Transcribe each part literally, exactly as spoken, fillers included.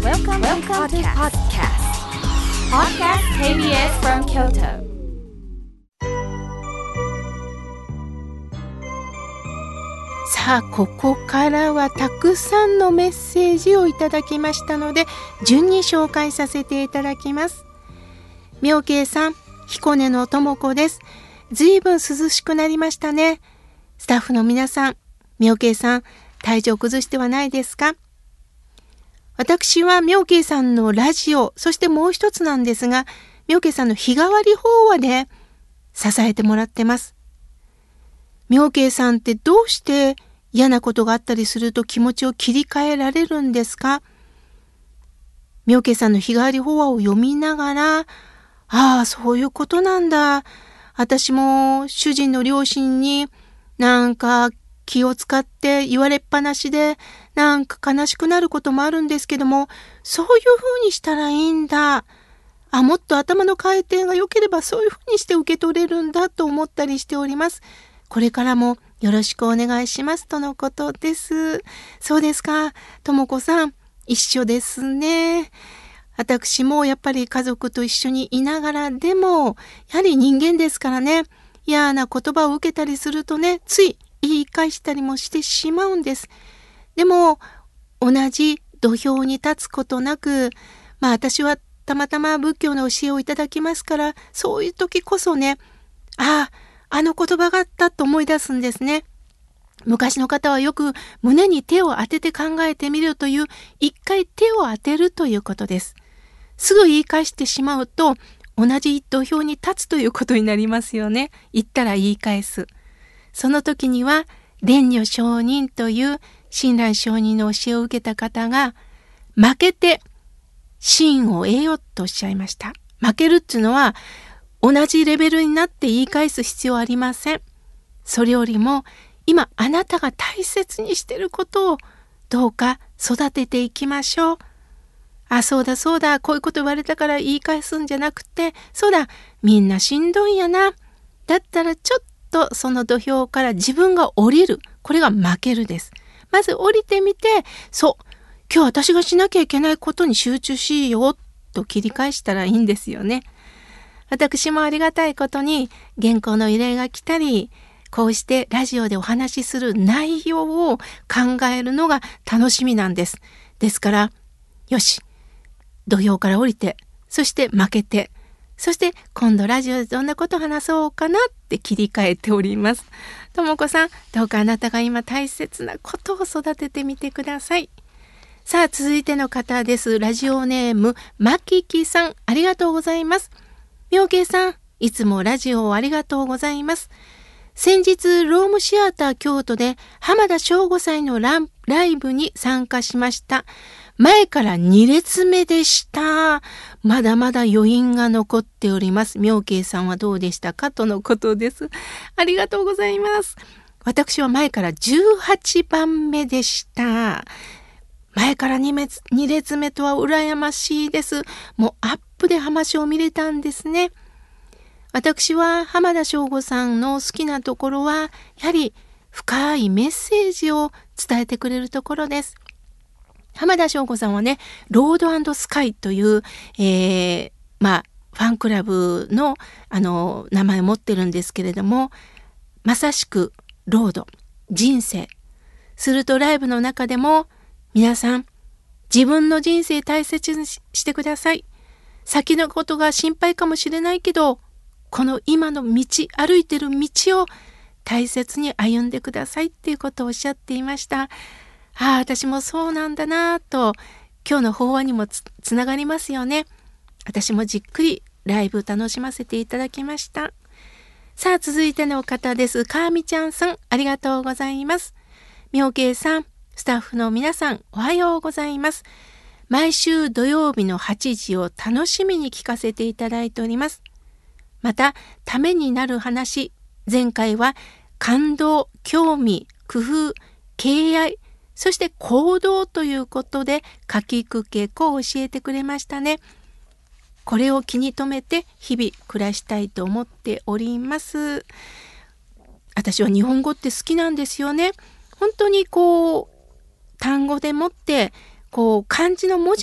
Welcome, Welcome to podcast. Podcast ケービーエス from Kyoto. さあ、ここからはたくさんのメッセージをいただきましたので、順に紹介させていただきます。妙慶さん、彦根のともこです。ずいぶん涼しくなりましたね。スタッフの皆さん、妙慶さん、体調崩してはないですか？私は妙慶さんのラジオ、そしてもう一つなんですが、妙慶さんの日替わり法話で支えてもらってます。妙慶さんってどうして嫌なことがあったりすると気持ちを切り替えられるんですか？妙慶さんの日替わり法話を読みながら、ああ、そういうことなんだ。私も主人の両親になんか気を使って言われっぱなしでなんか悲しくなることもあるんですけども、そういう風にしたらいいんだ。あ、もっと頭の回転が良ければそういう風にして受け取れるんだと思ったりしております。これからもよろしくお願いしますとのことです。そうですか。ともこさん、一緒ですね。私もやっぱり家族と一緒にいながらでも、やはり人間ですからね、嫌な言葉を受けたりするとね、つい言い返したりもしてしまうんです。でも、同じ土俵に立つことなく、まあ私はたまたま仏教の教えをいただきますから、そういう時こそね、ああ、あの言葉があったと思い出すんですね。昔の方はよく胸に手を当てて考えてみるという、一回手を当てるということです。すぐ言い返してしまうと、同じ土俵に立つということになりますよね。言ったら言い返す。その時には、蓮如上人という親鸞上人の教えを受けた方が、負けて真を得ようとおっしゃいました。負けるっていうのは、同じレベルになって言い返す必要はありません。それよりも、今あなたが大切にしていることをどうか育てていきましょう。あ、そうだそうだ、こういうこと言われたから言い返すんじゃなくて、そうだ、みんなしんどいんやな。だったらちょっとその土俵から自分が降りる。これが負けるです。まず降りてみて、そう、今日私がしなきゃいけないことに集中しようと切り返したらいいんですよね。私もありがたいことに原稿の依頼が来たり、こうしてラジオでお話しする内容を考えるのが楽しみなんです。ですから、よし、土俵から降りて、そして負けて、そして今度ラジオでどんなことを話そうかなって切り替えております。ともこさん、どうかあなたが今大切なことを育ててみてください。さあ、続いての方です。ラジオネーム、まききさん、ありがとうございます。妙慶さん、いつもラジオをありがとうございます。先日、ロームシアター京都で浜田省吾祭のラライブに参加しました。前からに列目でした。まだまだ余韻が残っております。妙慶さんはどうでしたかとのことです。ありがとうございます。私は前からじゅうはちばんめでした。前からに列目とは羨ましいです。もうアップで浜省を見れたんですね。私は浜田省吾さんの好きなところは、やはり深いメッセージを伝えてくれるところです。浜田省吾さんはね、ロード&スカイという、えー、まあ、ファンクラブの、あの、名前を持ってるんですけれども、まさしく、ロード、人生。するとライブの中でも、皆さん、自分の人生大切にしてください。先のことが心配かもしれないけど、この今の道、歩いてる道を大切に歩んでくださいっていうことをおっしゃっていました。ああ、私もそうなんだなぁと、今日の法話にも つ, つながりますよね。私もじっくりライブ楽しませていただきました。さあ、続いての方です。かーみちゃんさん、ありがとうございます。妙慶さん、スタッフの皆さん、おはようございます。毎週土曜日のはちじを楽しみに聞かせていただいております。また、ためになる話、前回は感動、興味、工夫、敬愛、そして行動ということでかきくけこを教えてくれましたね。これを気に留めて日々暮らしたいと思っております。私は日本語って好きなんですよね。本当にこう単語でもってこう漢字の文字も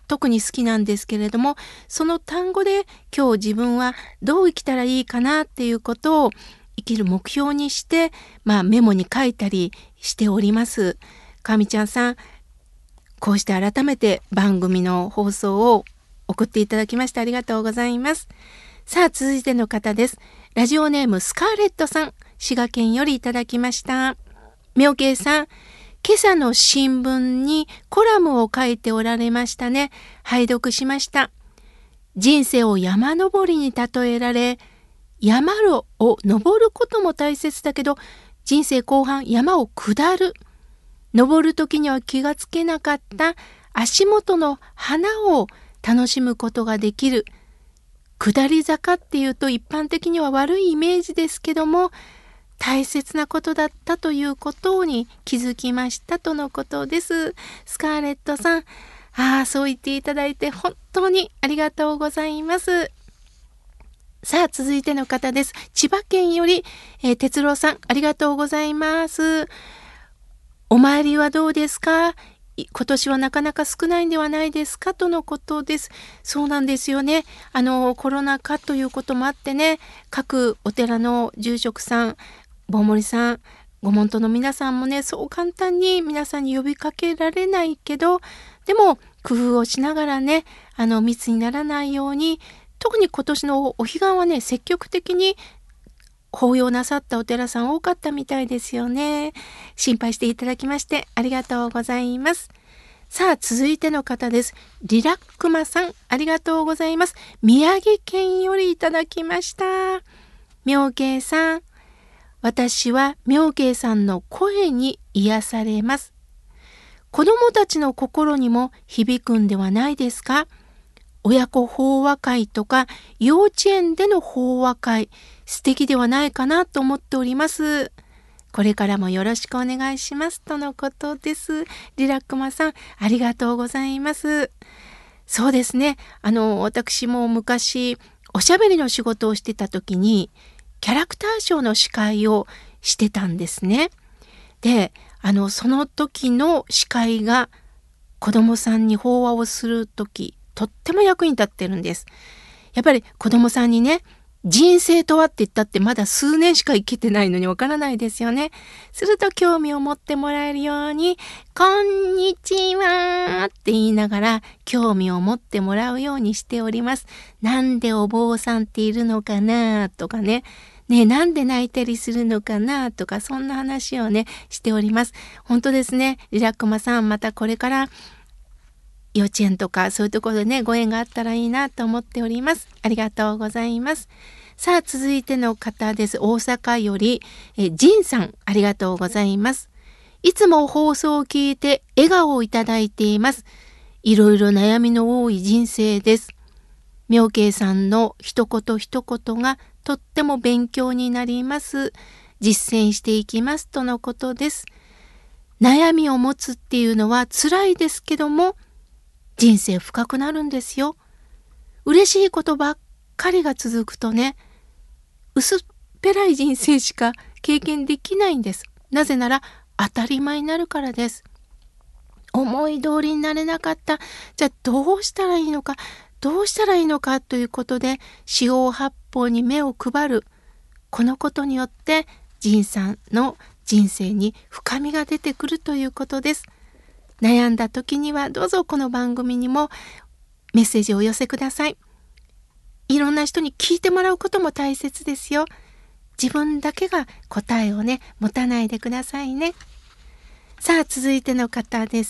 特に好きなんですけれども、その単語で今日自分はどう生きたらいいかなっていうことを生きる目標にして、まあ、メモに書いたりしております。かみちゃんさん、こうして改めて番組の放送を送っていただきましてありがとうございます。さあ、続いての方です。ラジオネームスカーレットさん、滋賀県よりいただきました。妙慶さん、今朝の新聞にコラムを書いておられましたね。拝読しました。人生を山登りに例えられ、山を登ることも大切だけど、人生後半山を下る。登る時には気がつけなかった足元の花を楽しむことができる。下り坂っていうと一般的には悪いイメージですけども、大切なことだったということに気づきましたとのことです。スカーレットさん、ああ、そう言っていただいて本当にありがとうございます。さあ、続いての方です。千葉県より、えー、哲郎さん、ありがとうございます。お参りはどうですか？今年はなかなか少ないんではないですかとのことです。そうなんですよね。あのコロナ禍ということもあってね、各お寺の住職さん、坊守さん、ご門徒の皆さんもね、そう簡単に皆さんに呼びかけられないけど、でも工夫をしながらね、あの密にならないように、特に今年のお彼岸はね、積極的に法要なさったお寺さん多かったみたいですよね。心配していただきましてありがとうございます。さあ、続いての方です。リラックマさん、ありがとうございます。宮城県よりいただきました。妙慶さん、私は妙慶さんの声に癒されます。子供たちの心にも響くんではないですか？親子法話会とか幼稚園での法話会、素敵ではないかなと思っております。これからもよろしくお願いしますとのことです。リラックマさん、ありがとうございます。そうですね。あの、私も昔おしゃべりの仕事をしてた時にキャラクターショーの司会をしてたんですね。で、あの、その時の司会が子供さんに法話をする時、とっても役に立ってるんです。やっぱり子供さんにね、人生とはって言ったってまだ数年しか生きてないのにわからないですよね。すると興味を持ってもらえるように、こんにちはって言いながら興味を持ってもらうようにしております。なんでお坊さんっているのかなとかね。ねえ、なんで泣いたりするのかなとか、そんな話をね、しております。本当ですね。リラックマさん、またこれから幼稚園とかそういうところでね、ご縁があったらいいなと思っております。ありがとうございます。さあ、続いての方です。大阪より、え、ジンさん、ありがとうございます。いつも放送を聞いて笑顔をいただいています。いろいろ悩みの多い人生です。妙慶さんの一言一言がとっても勉強になります。実践していきますとのことです。悩みを持つっていうのは辛いですけども、人生深くなるんですよ。嬉しいことばっかりが続くとね、薄っぺらい人生しか経験できないんです。なぜなら当たり前になるからです。思い通りになれなかった。じゃあどうしたらいいのか、どうしたらいいのかということで、四方八方に目を配る。このことによって仁さんの人生に深みが出てくるということです。悩んだ時にはどうぞこの番組にもメッセージをお寄せください。いろんな人に聞いてもらうことも大切ですよ。自分だけが答えをね、持たないでくださいね。さあ、続いての方です。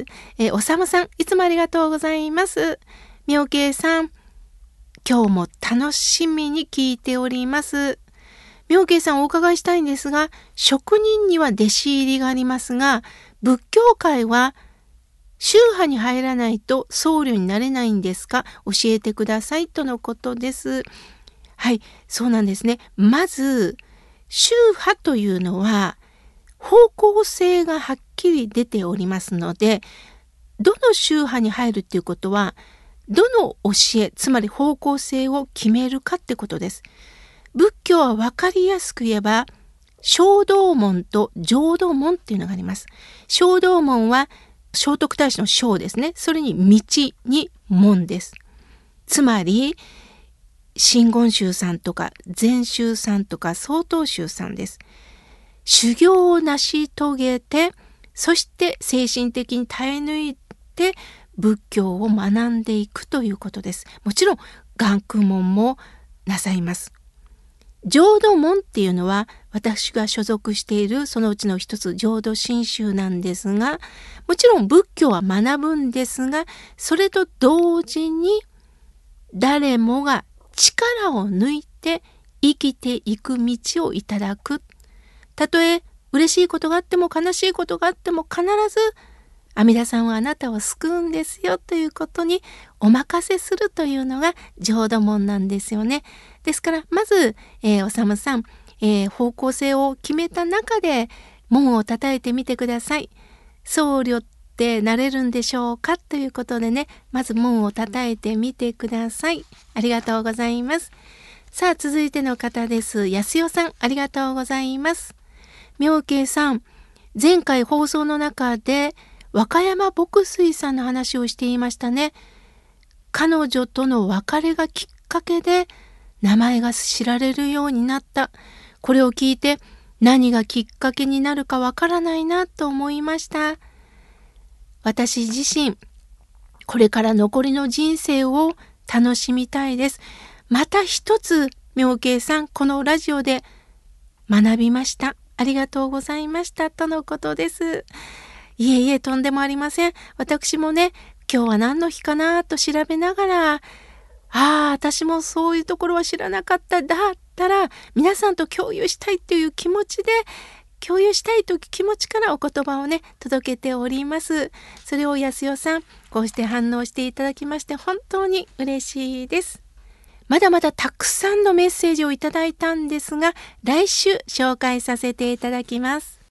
えおさむさん、いつもありがとうございます。妙慶さん、今日も楽しみに聞いております。妙慶さん、お伺いしたいんですが、職人には弟子入りがありますが、仏教界は宗派に入らないと僧侶になれないんですか？教えてくださいとのことです。はい、そうなんですね。まず宗派というのは方向性がはっきり出ておりますので、どの宗派に入るっていうことはどの教え、つまり方向性を決めるかってことです。仏教は分かりやすく言えば小道門と浄土門っていうのがあります。小道門は聖徳太子の聖ですね。それに道に門です。つまり真言宗さんとか禅宗さんとか曹洞宗さんです。修行を成し遂げて、そして精神的に耐え抜いて仏教を学んでいくということです。もちろん願空門もなさいます。浄土門っていうのは私が所属しているそのうちの一つ浄土真宗なんですが、もちろん仏教は学ぶんですが、それと同時に誰もが力を抜いて生きていく道をいただく。たとえ嬉しいことがあっても悲しいことがあっても必ず阿弥陀さんはあなたを救うんですよということにお任せするというのが浄土門なんですよね。ですからまず、えー、おさむさん、えー、方向性を決めた中で門を叩いてみてください。僧侶ってなれるんでしょうかということでね、まず門を叩いてみてください。ありがとうございます。さあ続いての方です。安代さん、ありがとうございます。妙慶さん、前回放送の中で和歌山牧水さんの話をしていましたね。彼女との別れがきっかけで名前が知られるようになった。これを聞いて何がきっかけになるかわからないなと思いました。私自身、これから残りの人生を楽しみたいです。また一つ、妙慶さん、このラジオで学びました。ありがとうございましたとのことです。いえいえ、とんでもありません。私もね、今日は何の日かなと調べながら、ああ、私もそういうところは知らなかった。だったら皆さんと共有したいという気持ちで、共有したいという気持ちからお言葉をね、届けております。それを安代さん、こうして反応していただきまして本当に嬉しいです。まだまだたくさんのメッセージをいただいたんですが、来週紹介させていただきます。